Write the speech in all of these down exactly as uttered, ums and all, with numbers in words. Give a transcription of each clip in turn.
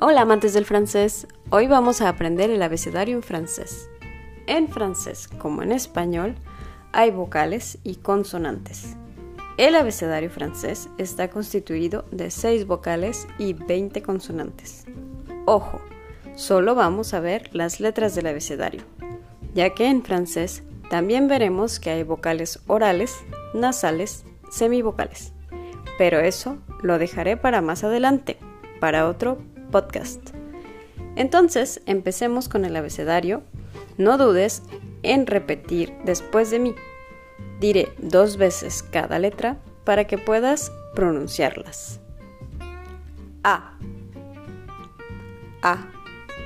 Hola amantes del francés, hoy vamos a aprender el abecedario en francés. En francés, como en español, hay vocales y consonantes. El abecedario francés está constituido de seis vocales y veinte consonantes. Ojo, solo vamos a ver las letras del abecedario, ya que en francés también veremos que hay vocales orales, nasales, semivocales. Pero eso lo dejaré para más adelante, para otro podcast. Entonces, empecemos con el abecedario. No dudes en repetir después de mí. Diré dos veces cada letra para que puedas pronunciarlas. A, A,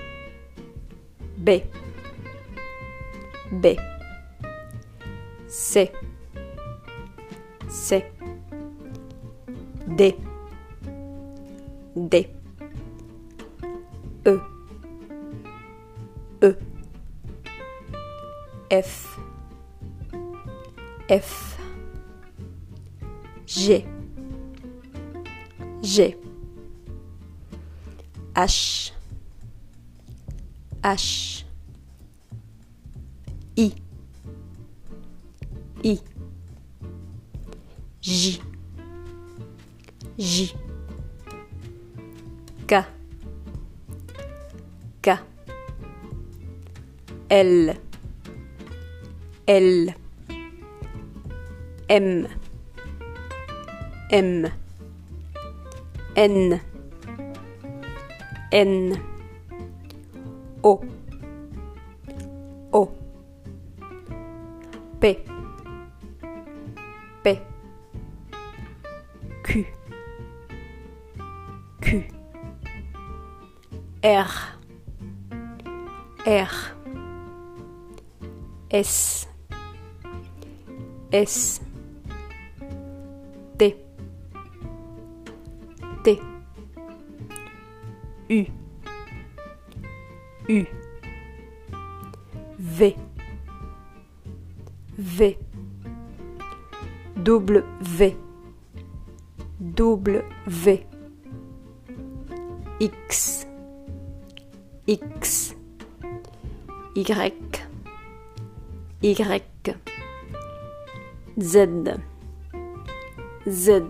B, B, C, C, D, D, E, E, F, F, G, G, H, H, I, I, J, J, K, K, L, L, M, M, N, N, O, O, P, P, Q, Q, R, R, S, S, T, T, U, U, V, V, W, W, X, X, Y, Y, Z, Z.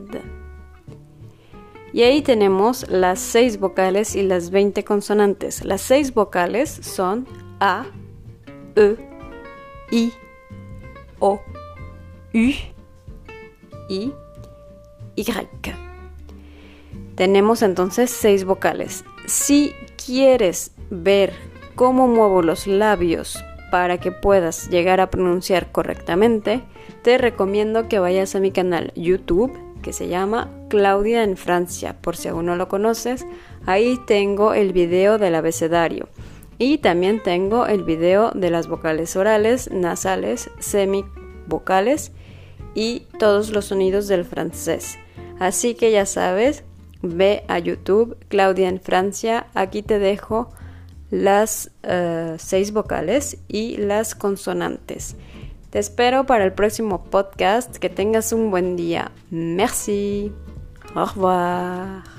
Y ahí tenemos las seis vocales y las veinte consonantes. Las seis vocales son A, E, I, O, U, I, Y. Tenemos entonces seis vocales. Si quieres ver cómo muevo los labios para que puedas llegar a pronunciar correctamente, te recomiendo que vayas a mi canal YouTube, que se llama Claudia en Francia, por si aún no lo conoces. Ahí tengo el video del abecedario y también tengo el video de las vocales orales, nasales, semivocales y todos los sonidos del francés. Así que ya sabes, ve a YouTube Claudia en Francia. Aquí te dejo las uh, seis vocales y las consonantes. Te espero para el próximo podcast. Que tengas un buen día. Merci. Au revoir.